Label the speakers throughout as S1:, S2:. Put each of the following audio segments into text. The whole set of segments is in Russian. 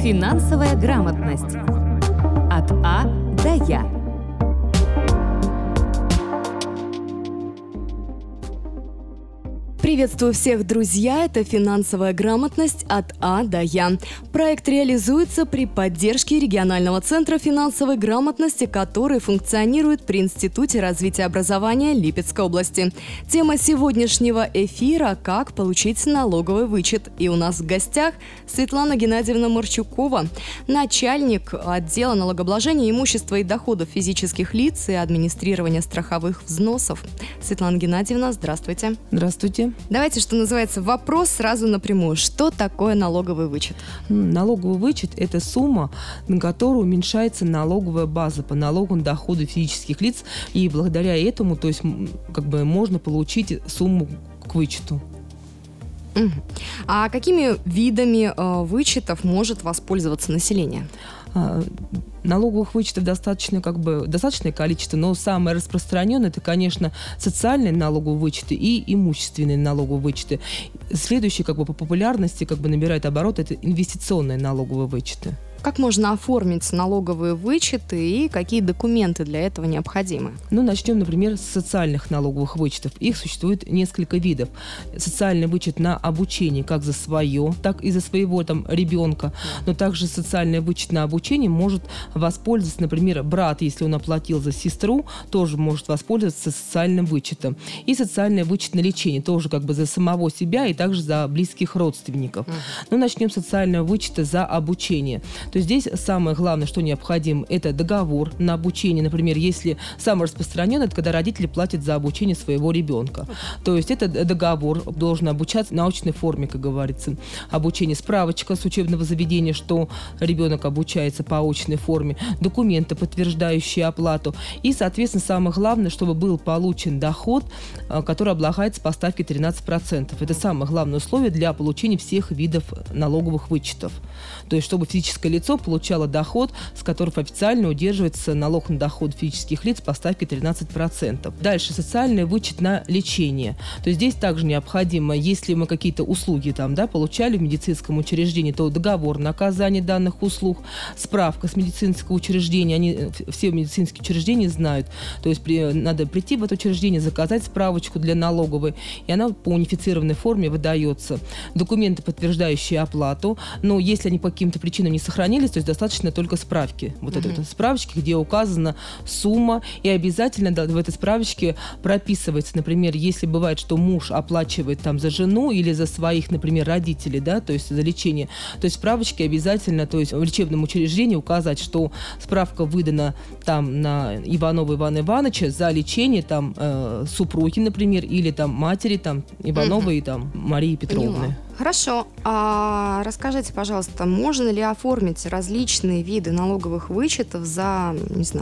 S1: Финансовая грамотность. От А до Я.
S2: Приветствую всех, друзья! Это «Финансовая грамотность. От А до Я». Проект реализуется при поддержке регионального центра финансовой грамотности, который функционирует при Институте развития образования Липецкой области. Тема сегодняшнего эфира – «Как получить налоговый вычет». И у нас в гостях Светлана Геннадьевна Марчукова, начальник отдела налогообложения имущества и доходов физических лиц и администрирования страховых взносов. Светлана Геннадьевна, здравствуйте.
S3: Здравствуйте.
S2: Давайте, что называется, вопрос сразу напрямую. Что такое налоговый вычет?
S3: Налоговый вычет – это сумма, на которую уменьшается налоговая база по налогу на доходы физических лиц. И благодаря этому, то есть, можно получить сумму к вычету.
S2: А какими видами вычетов может воспользоваться население?
S3: Налоговых вычетов достаточное количество, но самое распространенное – это, конечно, социальные налоговые вычеты и имущественные налоговые вычеты. Следующие по популярности набирают оборот – это инвестиционные налоговые вычеты.
S2: Как можно оформить налоговые вычеты и какие документы для этого необходимы?
S3: Начнем, например, с социальных налоговых вычетов. Их существует несколько видов. Социальный вычет на обучение как за свое, так и за своего ребенка. Но также социальный вычет на обучение может воспользоваться, например, брат, если он оплатил за сестру, тоже может воспользоваться социальным вычетом. И социальный вычет на лечение тоже за самого себя и также за близких родственников. Начнем с социального вычета за обучение. То есть здесь самое главное, что необходимо, это договор на обучение. Например, если самое распространенное, это когда родители платят за обучение своего ребенка. То есть это договор, должен обучаться в научной форме, как говорится. Обучение, справочка с учебного заведения, что ребенок обучается по очной форме, документы, подтверждающие оплату. И, соответственно, самое главное, чтобы был получен доход, который облагается по ставке 13%. Это самое главное условие для получения всех видов налоговых вычетов. То есть чтобы физическое лицо получало доход, с которого официально удерживается налог на доход физических лиц по ставке 13%. Дальше социальный вычет на лечение. То есть здесь также необходимо, если мы какие-то услуги получали в медицинском учреждении, то договор на оказание данных услуг, справка с медицинского учреждения, они все медицинские учреждения знают. То есть надо прийти в это учреждение, заказать справочку для налоговой, и она по унифицированной форме выдается. Документы, подтверждающие оплату, но если они по каким-то причинам не сохранились, то есть достаточно только справки. Это справочки, где указана сумма, и обязательно в этой справочке прописывается, например, если бывает, что муж оплачивает за жену или за своих, например, родителей, то есть за лечение, то есть в справочке обязательно, то есть в лечебном учреждении указать, что справка выдана на Иванова Ивана Ивановича за лечение супруги, например, или матери Ивановой и Марии Петровны.
S2: Хорошо. А расскажите, пожалуйста, можно ли оформить различные виды налоговых вычетов за,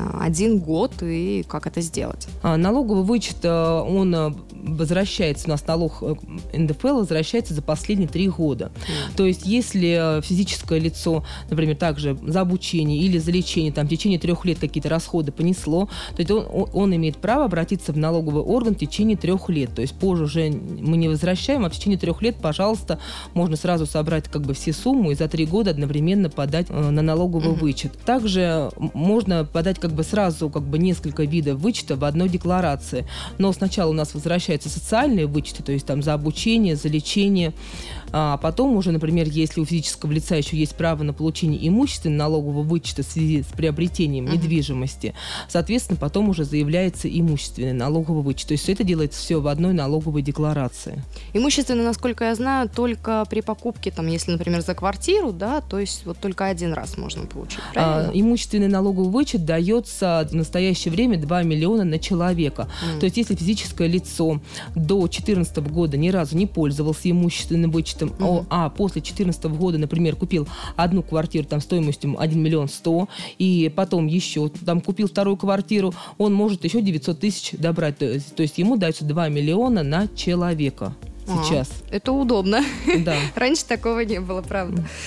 S2: 1 год и как это сделать?
S3: Налоговый вычет, он возвращается, у нас налог НДФЛ возвращается за последние 3 года. То есть если физическое лицо, например, также за обучение или за лечение в течение 3 лет какие-то расходы понесло, то есть он имеет право обратиться в налоговый орган в течение 3 лет. То есть позже уже мы не возвращаем, а в течение 3 лет, пожалуйста, можно сразу собрать все сумму и за 3 года одновременно подать на налоговый вычет. Также можно подать сразу несколько видов вычета в одной декларации. Но сначала у нас возвращаются социальные вычеты, то есть за обучение, за лечение. А потом уже, например, если у физического лица еще есть право на получение имущественного налогового вычета в связи с приобретением недвижимости, соответственно, потом уже заявляется имущественный налоговый вычет. То есть это делается все в одной налоговой декларации.
S2: Имущественный, насколько я знаю, только при покупке, если, например, за квартиру, то есть только 1 раз можно получить, правильно?
S3: Имущественный налоговый вычет дается в настоящее время 2 миллиона на человека. То есть если физическое лицо до 2014 года ни разу не пользовался имущественным вычетом, а после 2014 года, например, купил одну квартиру стоимостью 1 миллион 100, и потом еще купил вторую квартиру, он может еще 900 тысяч добрать. То есть ему дается 2 миллиона на человека сейчас.
S2: Это удобно.
S3: Да.
S2: Раньше такого не было, правда.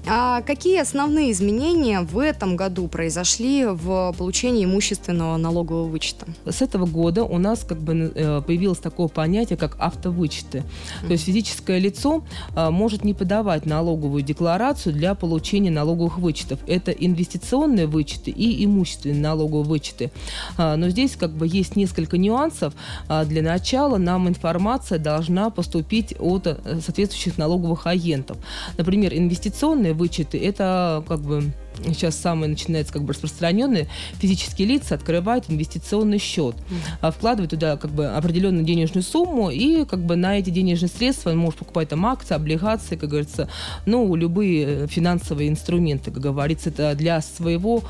S2: А какие основные изменения в этом году произошли в получении имущественного налогового вычета?
S3: С этого года у нас появилось такое понятие, как автовычеты. То есть физическое лицо может не подавать налоговую декларацию для получения налоговых вычетов. Это инвестиционные вычеты и имущественные налоговые вычеты. Но здесь есть несколько нюансов. Для начала нам информация должна поступить от соответствующих налоговых агентов. Например, инвестиционные вычеты – это сейчас самое начинается распространенное. Физические лица открывают инвестиционный счет, вкладывают туда определенную денежную сумму, и на эти денежные средства он может покупать там акции, облигации, как говорится, любые финансовые инструменты, как говорится, это для своего,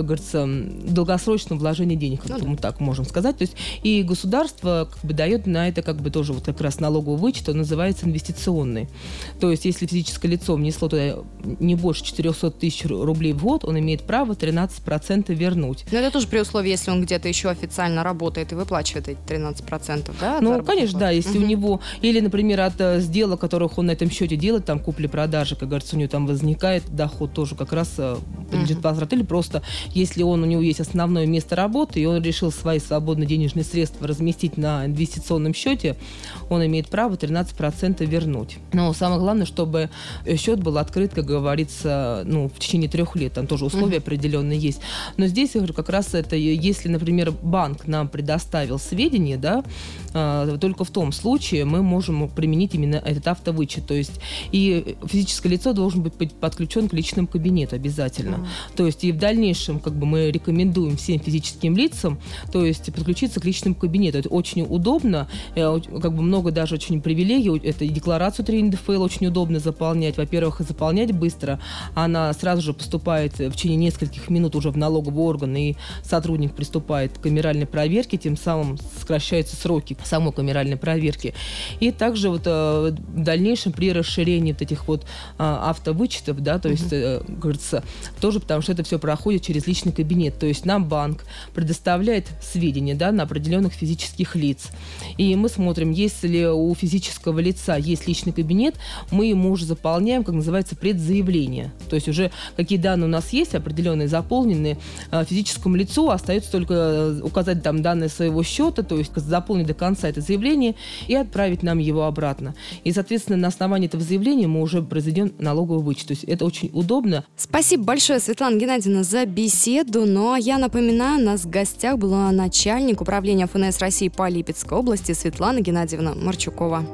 S3: долгосрочного вложения денег, мы так можем сказать. То есть и государство дает на это тоже как раз налоговый вычет, он называется инвестиционный. То есть если физическое лицо внесло туда не больше 400 тысяч рублей в год, он имеет право 13% вернуть.
S2: Но это тоже при условии, если он где-то еще официально работает и выплачивает эти 13%, да?
S3: Конечно, да, если у него, или, например, от сделок, которых он на этом счете делает, там купли-продажи, как говорится, у него там возникает доход, тоже как раз подлежит возврату, или просто, если у него есть основное место работы, и он решил свои свободные денежные средства разместить на инвестиционном счете, он имеет право 13% вернуть. Но самое главное, чтобы счет был открыт, как говорится, в течение 3 лет. Там тоже условия определенные есть. Но здесь, я говорю, как раз это, если, например, банк нам предоставил сведения, да, только в том случае мы можем применить именно этот автовычет. То есть и физическое лицо должен быть подключен к личному кабинету обязательно. То есть и в дальнейшем мы рекомендуем всем физическим лицам, то есть подключиться к личному кабинету. Это очень удобно, много даже очень привилегий. Это и декларацию 3 НДФЛ очень удобно заполнять. Во-первых, заполнять быстро. Она сразу же поступает в течение нескольких минут уже в налоговый орган, и сотрудник приступает к камеральной проверке, тем самым сокращаются сроки самой камеральной проверки. И также в дальнейшем при расширении этих автовычетов, да, то есть, говорится, тоже потому что это все проходит через личный кабинет. То есть нам банк предоставляет сведения, да, на определенных физических лиц. И мы смотрим, если у физического лица есть личный кабинет, мы ему уже заполняем, как называется, предзаявление. То есть уже какие данные у нас есть, определенные, заполненные, физическому лицу остается только указать там данные своего счета, то есть заполнить до конца это заявление и отправить нам его обратно. И, соответственно, на основании этого заявления мы уже произведем налоговый вычет. То есть это очень удобно.
S2: Спасибо большое, Светлана Геннадьевна, за беседу. Но я напоминаю, у нас в гостях была начальник управления ФНС России по Липецкой области Светлана Геннадьевна Марчукова.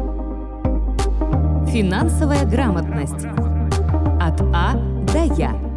S1: Финансовая грамотность. От А до Я.